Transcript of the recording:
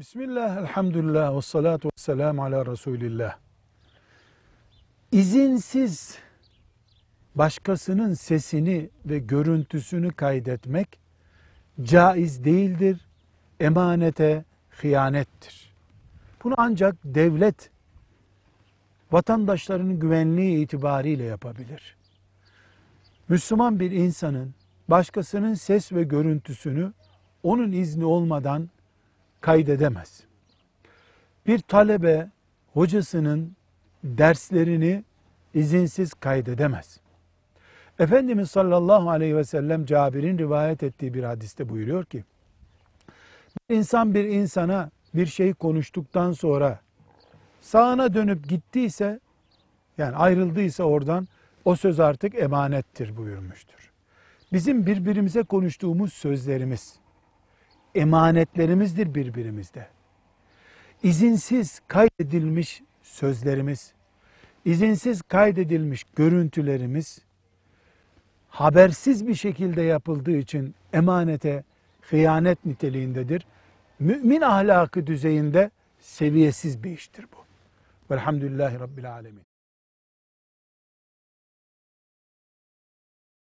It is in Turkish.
Bismillah, elhamdülillah, ve salatu ve selamu ala Resulillah. İzinsiz başkasının sesini ve görüntüsünü kaydetmek caiz değildir, emanete hıyanettir. Bunu ancak devlet, vatandaşlarının güvenliği itibariyle yapabilir. Müslüman bir insanın başkasının ses ve görüntüsünü onun izni olmadan kaydedemez. Bir talebe hocasının derslerini izinsiz kaydedemez. Efendimiz sallallahu aleyhi ve sellem Cabir'in rivayet ettiği bir hadiste buyuruyor ki, bir insan bir insana bir şey konuştuktan sonra sağına dönüp gittiyse, yani ayrıldıysa oradan, o söz artık emanettir buyurmuştur. Bizim birbirimize konuştuğumuz sözlerimiz emanetlerimizdir birbirimizde. İzinsiz kaydedilmiş sözlerimiz, izinsiz kaydedilmiş görüntülerimiz, habersiz bir şekilde yapıldığı için emanete hıyanet niteliğindedir. Mümin ahlakı düzeyinde seviyesiz bir iştir bu. Velhamdülillahi Rabbil Alemin.